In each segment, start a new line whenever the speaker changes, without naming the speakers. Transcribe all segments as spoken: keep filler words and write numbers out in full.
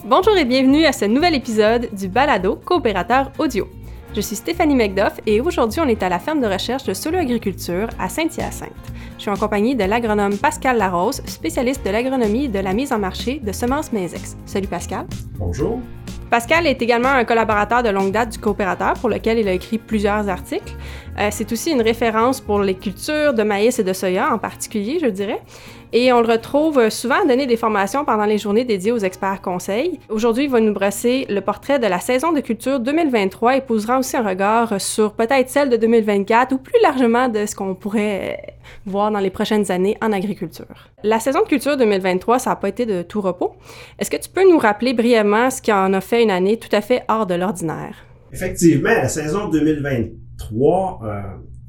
Bonjour et bienvenue à ce nouvel épisode du Balado Coopérateur Audio. Je suis Stéphanie McDuff et aujourd'hui on est à la ferme de recherche de Solo-Agriculture à Saint-Hyacinthe. Je suis en compagnie de l'agronome Pascal Larose, spécialiste de l'agronomie et de la mise en marché de semences Maizex. Salut Pascal.
Bonjour.
Pascal est également un collaborateur de longue date du coopérateur pour lequel il a écrit plusieurs articles. Euh, c'est aussi une référence pour les cultures de maïs et de soya en particulier, je dirais. Et on le retrouve souvent à donner des formations pendant les journées dédiées aux experts conseils. Aujourd'hui, il va nous brosser le portrait de la saison de culture deux mille vingt-trois et posera aussi un regard sur peut-être celle de deux mille vingt-quatre ou plus largement de ce qu'on pourrait voir dans les prochaines années en agriculture. La saison de culture deux mille vingt-trois, ça n'a pas été de tout repos. Est-ce que tu peux nous rappeler brièvement ce qui en a fait une année tout à fait hors de l'ordinaire?
Effectivement, la saison deux mille vingt-trois, euh,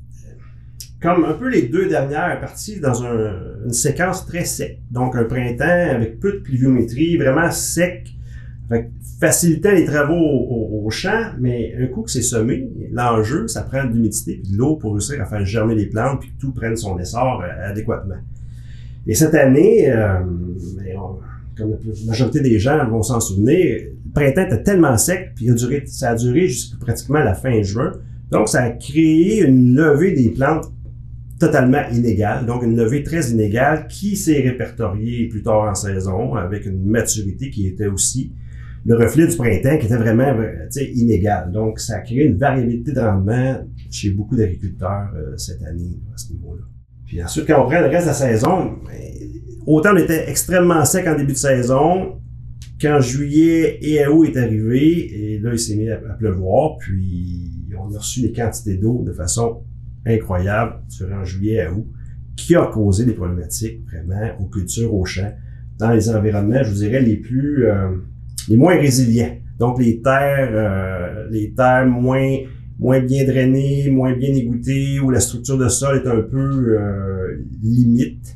comme un peu les deux dernières, est partie dans un, une séquence très sec. Donc un printemps avec peu de pluviométrie, vraiment sec, fait, facilitant les travaux au, au, au champ, mais un coup que c'est semé, l'enjeu, ça prend de l'humidité et de l'eau pour réussir à faire germer les plantes puis que tout prenne son essor euh, adéquatement. Et cette année, euh, on, comme la majorité des gens vont s'en souvenir, le printemps était tellement sec, puis il a duré, ça a duré jusqu'à pratiquement la fin juin. Donc, ça a créé une levée des plantes totalement inégale, donc une levée très inégale qui s'est répertoriée plus tard en saison avec une maturité qui était aussi le reflet du printemps qui était vraiment inégale. Donc, ça a créé une variabilité de rendement chez beaucoup d'agriculteurs euh, cette année à ce niveau-là. Puis ensuite, quand on prend le reste de la saison, autant on était extrêmement sec en début de saison, qu'en juillet et à août est arrivé, et là, il s'est mis à, à pleuvoir, puis on a reçu des quantités d'eau de façon incroyable durant juillet à août, qui a causé des problématiques vraiment aux cultures, aux champs, dans les environnements, je vous dirais, les plus, euh, les moins résilients. Donc, les terres, euh, les terres moins, moins bien drainées, moins bien égouttées, où la structure de sol est un peu euh, limite.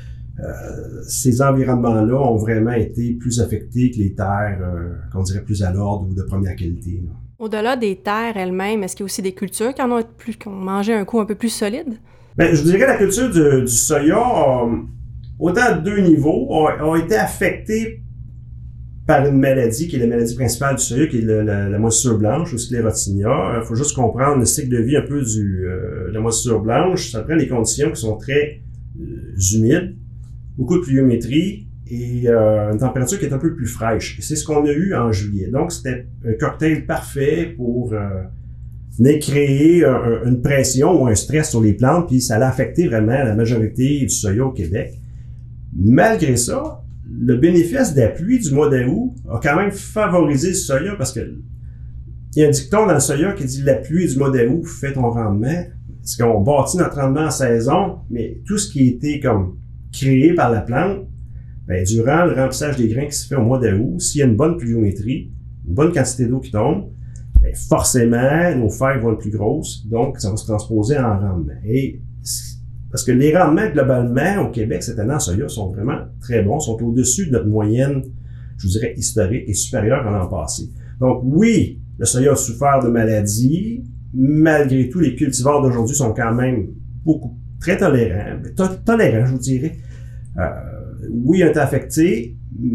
Euh, ces environnements-là ont vraiment été plus affectés que les terres, euh, qu'on dirait plus à l'ordre ou de première qualité, là.
Au-delà des terres elles-mêmes, est-ce qu'il y a aussi des cultures qui en ont, plus, qui ont mangé un coup un peu plus solide?
Bien, je dirais que la culture du, du soya, a, autant à deux niveaux, a, a été affectée par une maladie qui est la maladie principale du soya, qui est le, la, la moisissure blanche, ou sclérotinia. Il faut juste comprendre le cycle de vie un peu du, euh, de la moisissure blanche. Ça prend des conditions qui sont très euh, humides, beaucoup de pluviométrie, et euh, une température qui est un peu plus fraîche. Et c'est ce qu'on a eu en juillet. Donc, c'était un cocktail parfait pour euh, venir créer un, un, une pression ou un stress sur les plantes, puis ça a affecté vraiment la majorité du soya au Québec. Malgré ça, le bénéfice de la pluie du mois d'août a quand même favorisé le soya, parce que il y a un dicton dans le soya qui dit « la pluie du mois d'août fait ton rendement ». Parce qu'on bâtit notre rendement en saison, mais tout ce qui a été comme créé par la plante, ben, durant le remplissage des grains qui se fait au mois d'août, s'il y a une bonne pluviométrie, une bonne quantité d'eau qui tombe, ben, forcément, nos feuilles vont être plus grosses, donc ça va se transposer en rendement. Et parce que les rendements, globalement, au Québec, cette année en soya, sont vraiment très bons, sont au-dessus de notre moyenne, je vous dirais, historique et supérieure à l'an passé. Donc oui, le soya a souffert de maladies, malgré tout, les cultivars d'aujourd'hui sont quand même beaucoup, très tolérants, to- tolérants, je vous dirais. Euh, oui, ils ont été affectés,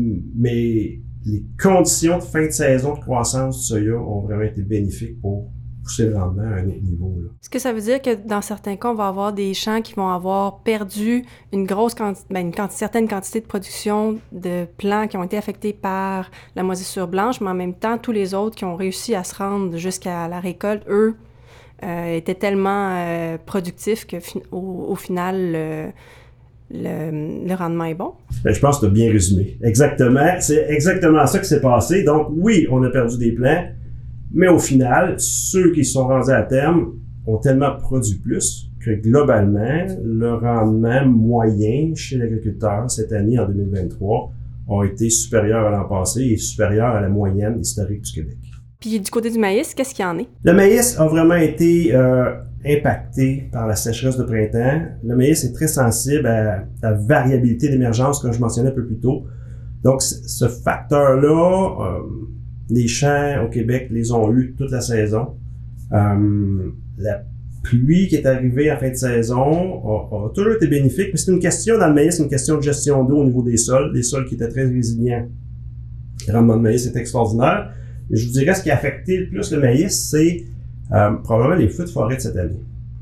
mais les conditions de fin de saison de croissance du soya ont vraiment été bénéfiques pour pousser le rendement à un autre niveau, là.
Est-ce que ça veut dire que dans certains cas, on va avoir des champs qui vont avoir perdu une grosse quantité, ben une quantité, certaine quantité de production de plants qui ont été affectés par la moisissure blanche, mais en même temps, tous les autres qui ont réussi à se rendre jusqu'à la récolte, eux, euh, étaient tellement euh, productifs que au, au final, euh, Le, le rendement est bon?
Ben, je pense que tu as bien résumé. Exactement. C'est exactement ça qui s'est passé. Donc, oui, on a perdu des plants, mais au final, ceux qui sont rendus à terme ont tellement produit plus que globalement, le rendement moyen chez l'agriculteur cette année, en deux mille vingt-trois, a été supérieur à l'an passé et supérieur à la moyenne historique du Québec.
Puis du côté du maïs, qu'est-ce qu'il y en est?
Le maïs a vraiment été euh, impacté par la sécheresse de printemps. Le maïs est très sensible à la variabilité d'émergence, comme je mentionnais un peu plus tôt. Donc, ce facteur-là, euh, les champs au Québec les ont eu toute la saison. Euh, la pluie qui est arrivée en fin de saison a, a toujours été bénéfique, mais c'est une question dans le maïs, une question de gestion d'eau au niveau des sols, des sols qui étaient très résilients Le rendement de maïs est extraordinaire. Et je vous dirais, ce qui a affecté le plus le maïs, c'est euh, probablement les feux de forêt de cette année.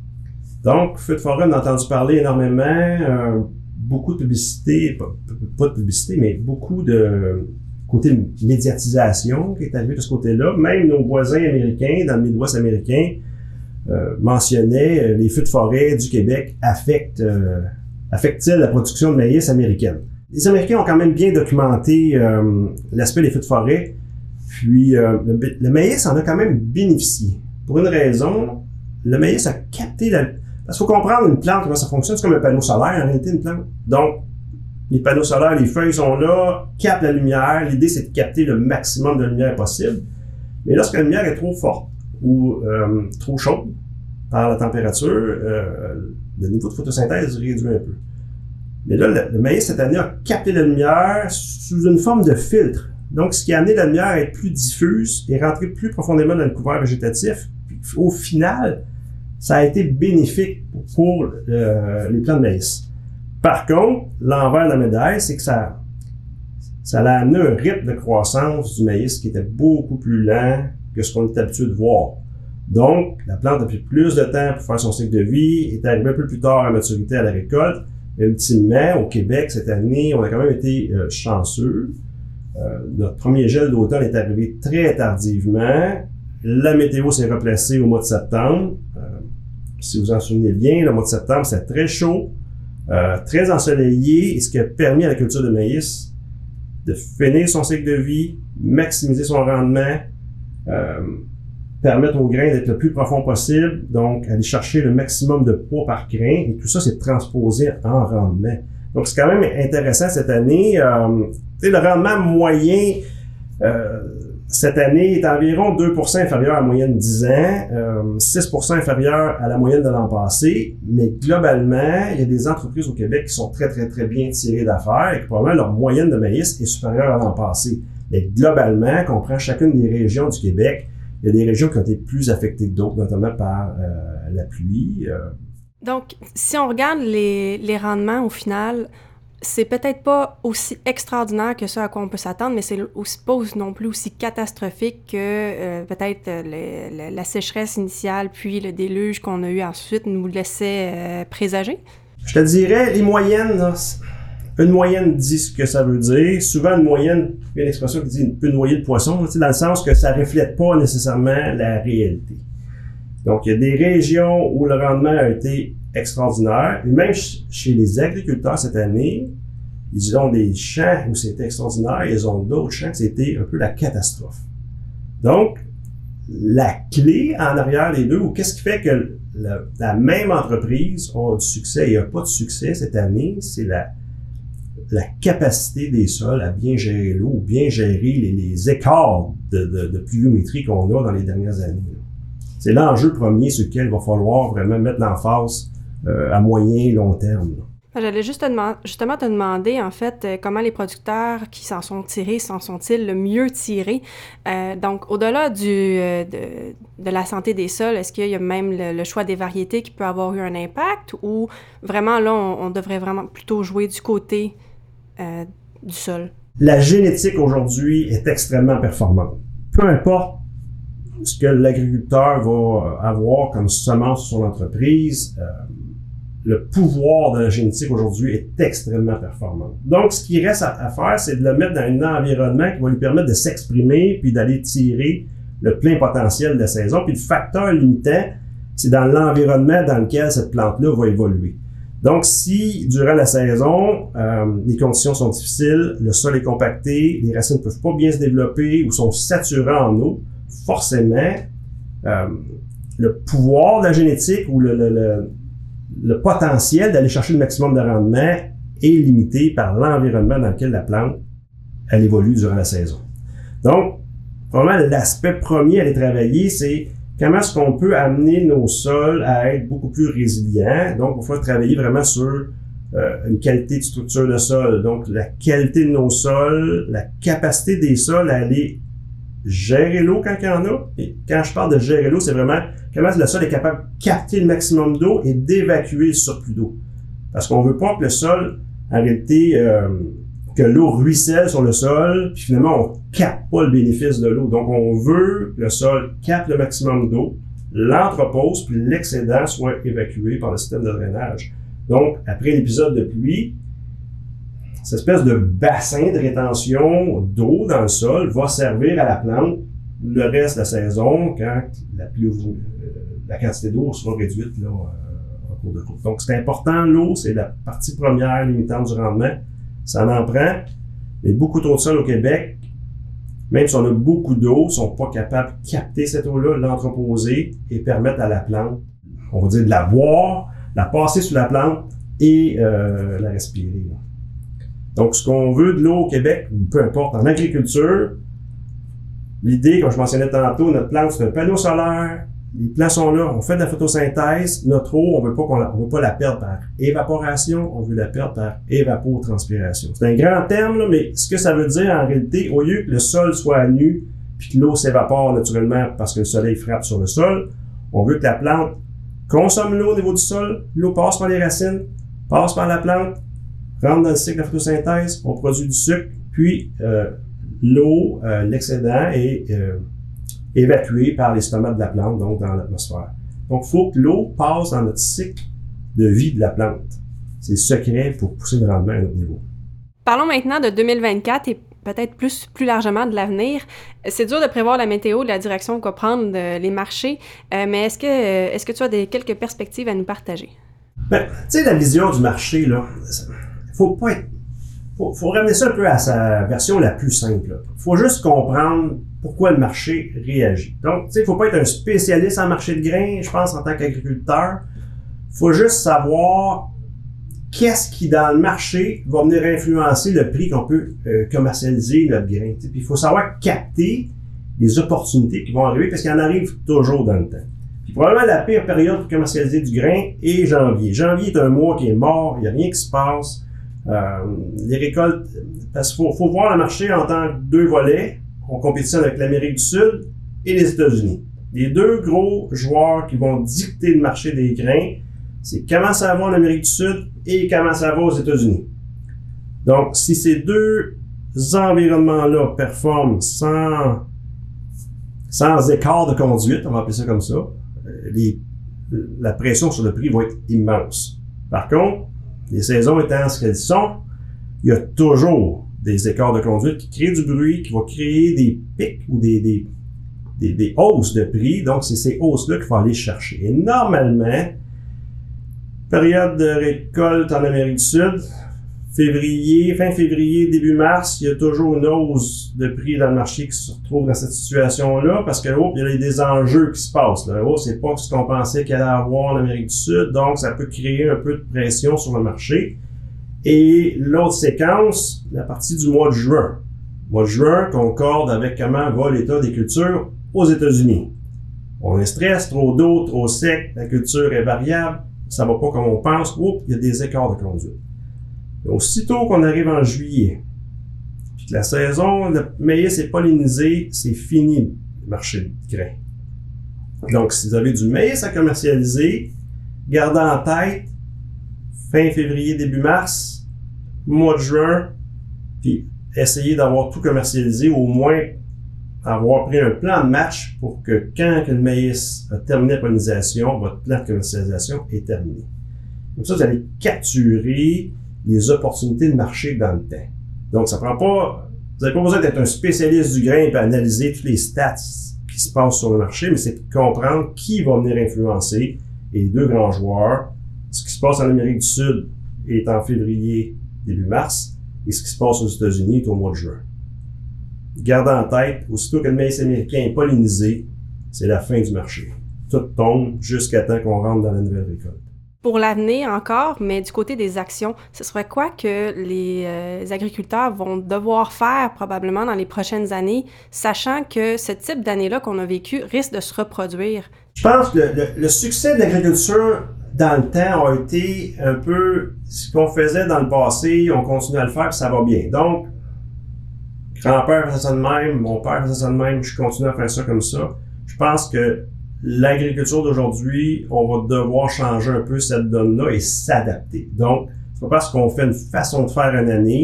Donc, feux de forêt, on a entendu parler énormément, euh, beaucoup de publicité, pas, pas de publicité, mais beaucoup de côté médiatisation qui est arrivé de ce côté-là. Même nos voisins américains, dans le Midwest américain, euh, mentionnaient euh, les feux de forêt du Québec affectent, euh, affectent-ils la production de maïs américaine. Les Américains ont quand même bien documenté euh, l'aspect des feux de forêt, puis euh, le, le maïs en a quand même bénéficié. Pour une raison, le maïs a capté la... Parce qu'il faut comprendre une plante, comment ça fonctionne, c'est comme un panneau solaire en réalité, une plante. Donc, les panneaux solaires, les feuilles sont là, captent la lumière. L'idée, c'est de capter le maximum de lumière possible. Mais lorsque la lumière est trop forte ou euh, trop chaude par la température, euh, le niveau de photosynthèse réduit un peu. Mais là, le, le maïs, cette année, a capté la lumière sous une forme de filtre. Donc, ce qui a amené la lumière à être plus diffuse et rentrer plus profondément dans le couvert végétatif. Puis, au final, ça a été bénéfique pour euh, les plants de maïs. Par contre, l'envers de la médaille, c'est que ça, ça a amené un rythme de croissance du maïs qui était beaucoup plus lent que ce qu'on est habitué de voir. Donc, la plante a pris plus de temps pour faire son cycle de vie, est arrivée un peu plus tard à maturité à la récolte. Et ultimement, au Québec, cette année, on a quand même été euh, chanceux. Euh, notre premier gel d'automne est arrivé très tardivement. La météo s'est replacée au mois de septembre. Euh, si vous en souvenez bien, le mois de septembre, c'était très chaud, euh, très ensoleillé, et ce qui a permis à la culture de maïs de finir son cycle de vie, maximiser son rendement, euh, permettre au grain d'être le plus profond possible, donc aller chercher le maximum de poids par grain, et tout ça, c'est transposé en rendement. Donc, c'est quand même intéressant cette année. Euh, tu sais, le rendement moyen euh, cette année est environ deux pour cent inférieur à la moyenne de dix ans, euh, six pour cent inférieur à la moyenne de l'an passé, mais globalement, il y a des entreprises au Québec qui sont très, très, très bien tirées d'affaires et que probablement leur moyenne de maïs est supérieure à l'an passé. Mais globalement, quand on prend chacune des régions du Québec, il y a des régions qui ont été plus affectées que d'autres, notamment par euh, la pluie. Euh.
Donc, si on regarde les, les rendements au final, c'est peut-être pas aussi extraordinaire que ce à quoi on peut s'attendre, mais c'est aussi pas non plus aussi catastrophique que euh, peut-être le, le, la sécheresse initiale, puis le déluge qu'on a eu ensuite nous laissait euh, présager?
Je te dirais, les moyennes, là, une moyenne dit ce que ça veut dire. Souvent, une moyenne, il y a une expression qui dit une peu noyer de poisson, là, dans le sens que ça reflète pas nécessairement la réalité. Donc, il y a des régions où le rendement a été extraordinaire. Et même ch- chez les agriculteurs cette année, ils ont des champs où c'était extraordinaire, ils ont d'autres champs où c'était un peu la catastrophe. Donc, la clé en arrière des deux, ou qu'est-ce qui fait que la, la même entreprise a du succès et n'a pas de succès cette année, c'est la, la capacité des sols à bien gérer l'eau, ou bien gérer les, les écarts de, de, de pluviométrie qu'on a dans les dernières années. C'est l'enjeu premier sur lequel il va falloir vraiment mettre l'emphase euh, à moyen et long terme. Là.
J'allais juste te demand- justement te demander, en fait, euh, comment les producteurs qui s'en sont tirés s'en sont-ils le mieux tirés? Euh, donc, au-delà du, euh, de, de la santé des sols, est-ce qu'il y a même le, le choix des variétés qui peut avoir eu un impact ou vraiment, là, on, on devrait vraiment plutôt jouer du côté euh, du sol?
La génétique aujourd'hui est extrêmement performante. Peu importe ce que l'agriculteur va avoir comme semence sur son entreprise, euh, le pouvoir de la génétique aujourd'hui est extrêmement performant. Donc, ce qui reste à, à faire, c'est de le mettre dans un environnement qui va lui permettre de s'exprimer puis d'aller tirer le plein potentiel de la saison. Puis le facteur limitant, c'est dans l'environnement dans lequel cette plante-là va évoluer. Donc, si, durant la saison, euh, les conditions sont difficiles, le sol est compacté, les racines ne peuvent pas bien se développer ou sont saturées en eau, forcément, euh, le pouvoir de la génétique ou le, le, le, le potentiel d'aller chercher le maximum de rendement est limité par l'environnement dans lequel la plante, elle évolue durant la saison. Donc, vraiment, l'aspect premier à aller travailler, c'est comment est-ce qu'on peut amener nos sols à être beaucoup plus résilients. Donc, il faut travailler vraiment sur euh, une qualité de structure de sol. Donc, la qualité de nos sols, la capacité des sols à aller gérer l'eau quand il y en a. Et quand je parle de gérer l'eau, c'est vraiment comment le sol est capable de capter le maximum d'eau et d'évacuer le surplus d'eau. Parce qu'on veut pas que le sol, en réalité, euh, que l'eau ruisselle sur le sol, puis finalement, on capte pas le bénéfice de l'eau. Donc, on veut que le sol capte le maximum d'eau, l'entrepose, puis l'excédent soit évacué par le système de drainage. Donc, après l'épisode de pluie, cette espèce de bassin de rétention d'eau dans le sol va servir à la plante le reste de la saison quand la, pluie, la quantité d'eau sera réduite là, en cours de route. Donc, c'est important, l'eau, c'est la partie première limitante du rendement. Ça en prend, mais beaucoup trop de sol au Québec, même si on a beaucoup d'eau, ne sont pas capables de capter cette eau-là, l'entreposer et permettre à la plante, on va dire, de la boire, la passer sur la plante et euh, la respirer. Là. Donc, ce qu'on veut de l'eau au Québec, peu importe, en agriculture, l'idée, comme je mentionnais tantôt, notre plante, c'est un panneau solaire, les plants sont là, on fait de la photosynthèse, notre eau, on veut pas qu'on la, on veut pas la perdre par évaporation, on veut la perdre par évapotranspiration. C'est un grand terme, là, mais ce que ça veut dire en réalité, au lieu que le sol soit à nu, puis que l'eau s'évapore naturellement parce que le soleil frappe sur le sol, on veut que la plante consomme l'eau au niveau du sol, l'eau passe par les racines, passe par la plante, rentre dans le cycle de la photosynthèse, on produit du sucre, puis euh, l'eau, euh, l'excédent est euh, évacué par les stomates de la plante, donc dans l'atmosphère. Donc, il faut que l'eau passe dans notre cycle de vie de la plante. C'est le secret pour pousser le rendement à un autre niveau.
Parlons maintenant de deux mille vingt-quatre et peut-être plus, plus largement de l'avenir. C'est dur de prévoir la météo, la direction qu'a prendre euh, les marchés, euh, mais est-ce que, euh, est-ce que tu as des, quelques perspectives à nous partager?
Ben, tu sais, la vision du marché, là, faut pas être, faut, faut ramener ça un peu à sa version la plus simple. Il faut juste comprendre pourquoi le marché réagit. Donc, tu sais, il faut pas être un spécialiste en marché de grains, je pense, en tant qu'agriculteur. Il faut juste savoir qu'est-ce qui, dans le marché, va venir influencer le prix qu'on peut euh, commercialiser notre grain. Puis il faut savoir capter les opportunités qui vont arriver, parce qu'il en arrive toujours dans le temps. Puis probablement la pire période pour commercialiser du grain est janvier. Janvier est un mois qui est mort, il n'y a rien qui se passe. Euh, les récoltes, parce qu'il faut, faut voir le marché en tant que deux volets. On compétitionne avec l'Amérique du Sud et les États-Unis. Les deux gros joueurs qui vont dicter le marché des grains, c'est comment ça va en Amérique du Sud et comment ça va aux États-Unis. Donc, si ces deux environnements-là performent sans, sans écart de conduite, on va appeler ça comme ça, les, la pression sur le prix va être immense. Par contre, les saisons étant ce qu'elles sont, il y a toujours des écarts de conduite qui créent du bruit, qui vont créer des pics ou des, des, des, des hausses de prix. Donc, c'est ces hausses-là qu'il faut aller chercher. Et normalement, période de récolte en Amérique du Sud, février, fin février, début mars, il y a toujours une hausse de prix dans le marché qui se retrouve dans cette situation-là parce que oh, il y a des enjeux qui se passent. Là. Oh, c'est pas ce qu'on pensait qu'il allait avoir en Amérique du Sud, donc ça peut créer un peu de pression sur le marché. Et l'autre séquence, la partie du mois de juin. Le mois de juin concorde avec comment va l'état des cultures aux États-Unis. On est stress, trop d'eau, trop sec, la culture est variable, ça va pas comme on pense, oups, il y a des écarts de conduite. Et aussitôt qu'on arrive en juillet, puis que la saison, le maïs est pollinisé, c'est fini le marché de grains. Donc, si vous avez du maïs à commercialiser, gardez en tête fin février, début mars, mois de juin, puis essayez d'avoir tout commercialisé, au moins avoir pris un plan de match pour que quand que le maïs a terminé la pollinisation, votre plan de commercialisation est terminé. Comme ça, vous allez capturer les opportunités de marché dans le temps. Donc, ça prend pas, vous n'avez pas besoin d'être un spécialiste du grain et analyser tous les stats qui se passent sur le marché, mais c'est de comprendre qui va venir influencer et les deux grands joueurs. Ce qui se passe en Amérique du Sud est en février, début mars, et ce qui se passe aux États-Unis est au mois de juin. Gardez en tête, aussitôt que le maïs américain est pollinisé, c'est la fin du marché. Tout tombe jusqu'à temps qu'on rentre dans la nouvelle récolte.
Pour l'avenir encore, mais du côté des actions, ce serait quoi que les euh, agriculteurs vont devoir faire probablement dans les prochaines années, sachant que ce type d'année-là qu'on a vécu risque de se reproduire?
Je pense que le, le, le succès de l'agriculture dans le temps a été un peu ce qu'on faisait dans le passé, on continue à le faire, puis ça va bien. Donc, grand-père faisait ça de même, mon père faisait ça de même, je continue à faire ça comme ça. Je pense que l'agriculture d'aujourd'hui, on va devoir changer un peu cette donne-là et s'adapter. Donc, c'est pas parce qu'on fait une façon de faire une année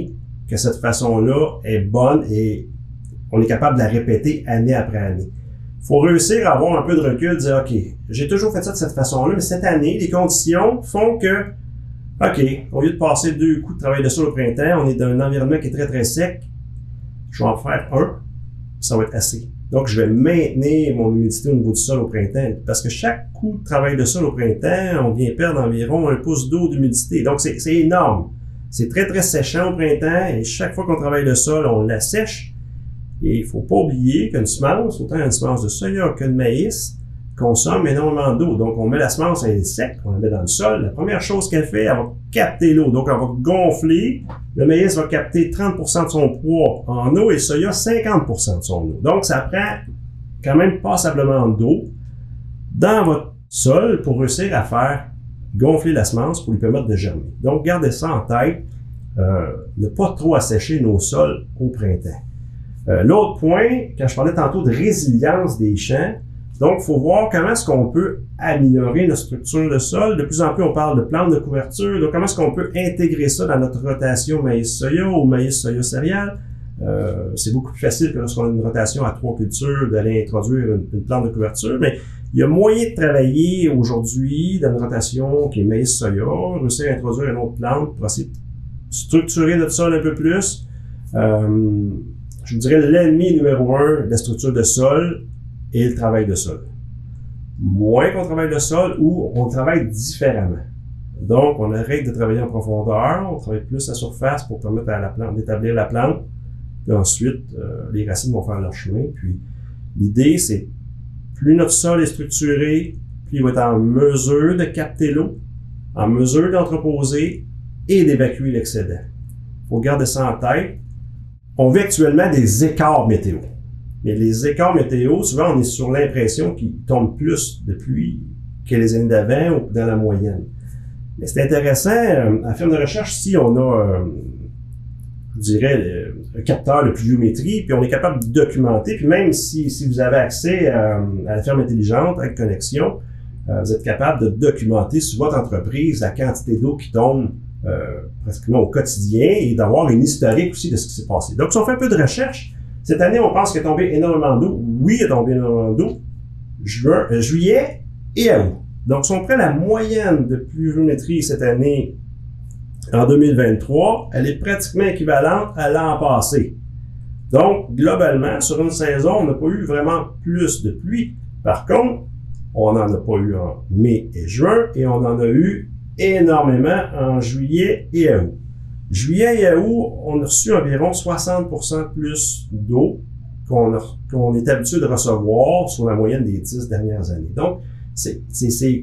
que cette façon-là est bonne et on est capable de la répéter année après année. Il faut réussir à avoir un peu de recul, dire, OK, j'ai toujours fait ça de cette façon-là, mais cette année, les conditions font que, OK, au lieu de passer deux coups de travail de sol au printemps, on est dans un environnement qui est très, très sec, je vais en faire un, puis ça va être assez. Donc, je vais maintenir mon humidité au niveau du sol au printemps, parce que chaque coup de travail de sol au printemps, on vient perdre environ un pouce d'eau d'humidité. Donc, c'est, c'est énorme. C'est très, très séchant au printemps, et chaque fois qu'on travaille le sol, on l'assèche. Et il faut pas oublier qu'une semence, autant une semence de soya que de maïs, consomme énormément d'eau. Donc, on met la semence, elle est sec, on la met dans le sol. La première chose qu'elle fait, elle va capter l'eau. Donc, elle va gonfler. Le maïs va capter trente pour cent de son poids en eau et le soya, cinquante pour cent de son eau. Donc, ça prend quand même passablement d'eau dans votre sol pour réussir à faire gonfler la semence pour lui permettre de germer. Donc, gardez ça en tête. Euh, ne pas trop assécher nos sols au printemps. Euh, l'autre point, quand je parlais tantôt de résilience des champs, donc il faut voir comment est-ce qu'on peut améliorer notre structure de sol. De plus en plus, on parle de plantes de couverture. Donc, comment est-ce qu'on peut intégrer ça dans notre rotation maïs-soya ou maïs-soya-céréales? Euh, c'est beaucoup plus facile que lorsqu'on a une rotation à trois cultures d'aller introduire une, une plante de couverture, mais il y a moyen de travailler aujourd'hui dans une rotation qui est maïs-soya, réussir à introduire une autre plante pour essayer de structurer notre sol un peu plus. Euh, Je vous dirais l'ennemi numéro un de la structure de sol est le travail de sol. Moins qu'on travaille le sol ou on travaille différemment. Donc, on arrête de travailler en profondeur, on travaille plus à surface pour permettre à la plante d'établir la plante. Puis ensuite, euh, les racines vont faire leur chemin. Puis l'idée, c'est plus notre sol est structuré, plus il va être en mesure de capter l'eau, en mesure d'entreposer et d'évacuer l'excédent. Il faut garder ça en tête. On vit actuellement des écarts météo. Mais les écarts météo, souvent, on est sur l'impression qu'il tombe plus de pluie que les années d'avant ou dans la moyenne. Mais c'est intéressant, euh, à firme de recherche, si on a, euh, je dirais, le, un capteur de pluviométrie, puis on est capable de documenter, puis même si, si vous avez accès à, à la ferme intelligente avec connexion, euh, vous êtes capable de documenter sur votre entreprise la quantité d'eau qui tombe Euh, pratiquement au quotidien et d'avoir une historique aussi de ce qui s'est passé. Donc, si on fait un peu de recherche, cette année, on pense qu'il est tombé énormément d'eau. Oui, il est tombé énormément d'eau. Juin, euh, juillet et à août. Donc, si on prend la moyenne de pluviométrie cette année en deux mille vingt-trois, elle est pratiquement équivalente à l'an passé. Donc, globalement, sur une saison, on n'a pas eu vraiment plus de pluie. Par contre, on n'en a pas eu en mai et juin et on en a eu énormément en juillet et à août. Juillet et août, on a reçu environ soixante pour cent plus d'eau qu'on, a, qu'on est habitué de recevoir sur la moyenne des dix dernières années. Donc, c'est, c'est ces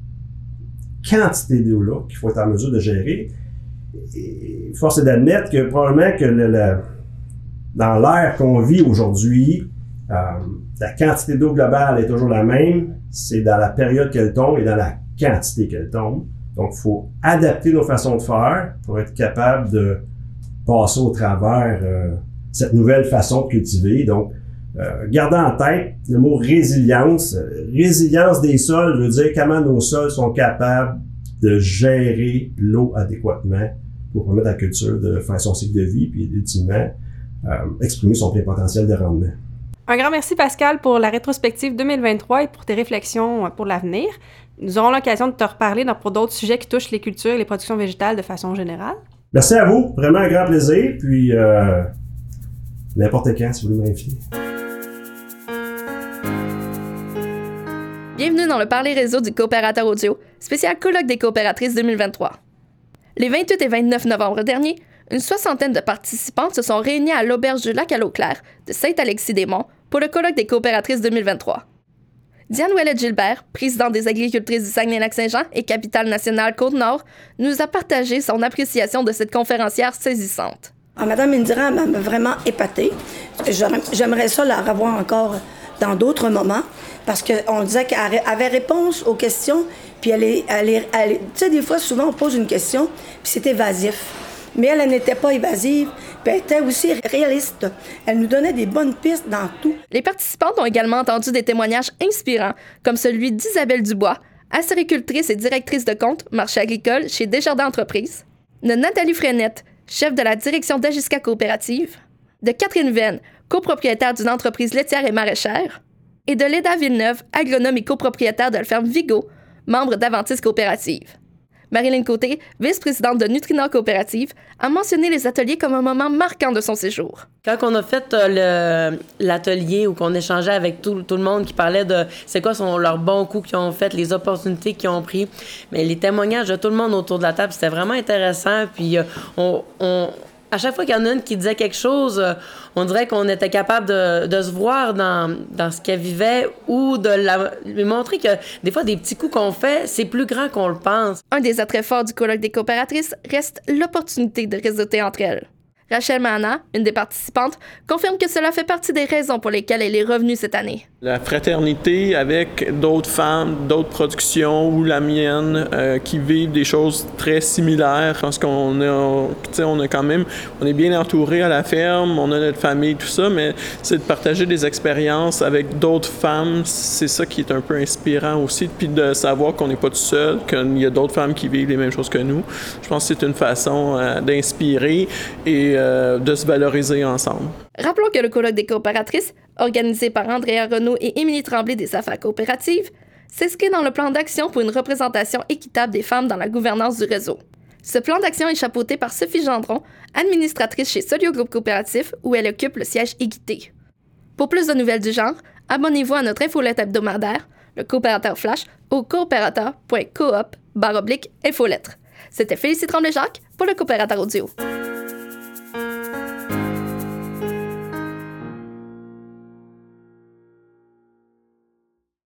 quantités d'eau-là qu'il faut être en mesure de gérer. Et force est d'admettre que probablement que le, le, dans l'ère qu'on vit aujourd'hui, euh, la quantité d'eau globale est toujours la même. C'est dans la période qu'elle tombe et dans la quantité qu'elle tombe. Donc, il faut adapter nos façons de faire pour être capable de passer au travers euh, cette nouvelle façon de cultiver. Donc, euh, gardez en tête le mot résilience. Résilience des sols veut dire comment nos sols sont capables de gérer l'eau adéquatement pour permettre à la culture de faire son cycle de vie puis ultimement euh, exprimer son plein potentiel de rendement.
Un grand merci, Pascal, pour la rétrospective deux mille vingt-trois et pour tes réflexions pour l'avenir. Nous aurons l'occasion de te reparler pour d'autres sujets qui touchent les cultures et les productions végétales de façon générale.
Merci à vous. Vraiment un grand plaisir. Puis, euh, n'importe quand, si vous voulez m'inviter.
Bienvenue dans le Parler réseau du Coopérateur Audio, spécial colloque des coopératrices deux mille vingt-trois. Les vingt-huit et vingt-neuf novembre dernier, une soixantaine de participantes se sont réunies à l'Auberge du Lac à l'Eau-Claire de Saint-Alexis-des-Monts pour le colloque des coopératrices deux mille vingt-trois. Diane Ouellette-Gilbert, présidente des agricultrices du Saguenay-Lac-Saint-Jean et capitale nationale Côte-Nord, nous a partagé son appréciation de cette conférencière saisissante.
Ah, Madame Indira m'a vraiment épatée. J'aimerais ça la revoir encore dans d'autres moments parce qu'on disait qu'elle avait réponse aux questions, puis elle est... Elle est, elle est tu sais, des fois, souvent, on pose une question, puis c'est évasif. Mais elle, elle n'était pas évasive, puis elle était aussi réaliste. Elle nous donnait des bonnes pistes dans tout.
Les participantes ont également entendu des témoignages inspirants, comme celui d'Isabelle Dubois, acéricultrice et directrice de compte marché agricole chez Desjardins Entreprises, de Nathalie Frenette, chef de la direction d'Agisca Coopérative, de Catherine Venn, copropriétaire d'une entreprise laitière et maraîchère, et de Léda Villeneuve, agronome et copropriétaire de la ferme Vigo, membre d'Aventis Coopérative. Marilyn Côté, vice-présidente de Nutrinor Coopérative, a mentionné les ateliers comme un moment marquant de son séjour.
Quand on a fait euh, le, l'atelier où on échangeait avec tout, tout le monde qui parlait de c'est quoi sont leurs bons coups qu'ils ont fait, les opportunités qu'ils ont pris, mais les témoignages de tout le monde autour de la table, c'était vraiment intéressant. Puis euh, on, on, à chaque fois qu'il y en a une qui disait quelque chose, euh, on dirait qu'on était capable de, de se voir dans, dans ce qu'elle vivait ou de la, lui montrer que des fois, des petits coups qu'on fait, c'est plus grand qu'on le pense.
Un des attraits forts du colloque des coopératrices reste l'opportunité de réseauter entre elles. Rachel Mahana, une des participantes, confirme que cela fait partie des raisons pour lesquelles elle est revenue cette année.
La fraternité avec d'autres femmes, d'autres productions ou la mienne euh, qui vivent des choses très similaires. Parce qu'on a, tu sais, on a quand même, on est bien entouré à la ferme, on a notre famille, tout ça, mais c'est de partager des expériences avec d'autres femmes, c'est ça qui est un peu inspirant aussi, puis de savoir qu'on n'est pas tout seul, qu'il y a d'autres femmes qui vivent les mêmes choses que nous. Je pense que c'est une façon euh, d'inspirer et euh, de se valoriser ensemble.
Rappelons que le colloque des coopératrices, organisé par Andrea Renaud et Émilie Tremblay des Affaires coopératives, s'inscrit dans le plan d'action pour une représentation équitable des femmes dans la gouvernance du réseau. Ce plan d'action est chapeauté par Sophie Gendron, administratrice chez Solio Groupe Coopératif, où elle occupe le siège équité. Pour plus de nouvelles du genre, abonnez-vous à notre infolette hebdomadaire, le Coopérateur Flash, au coopérateur point coop barre oblique infolettre. C'était Félicie Tremblay-Jacques pour le Coopérateur Audio.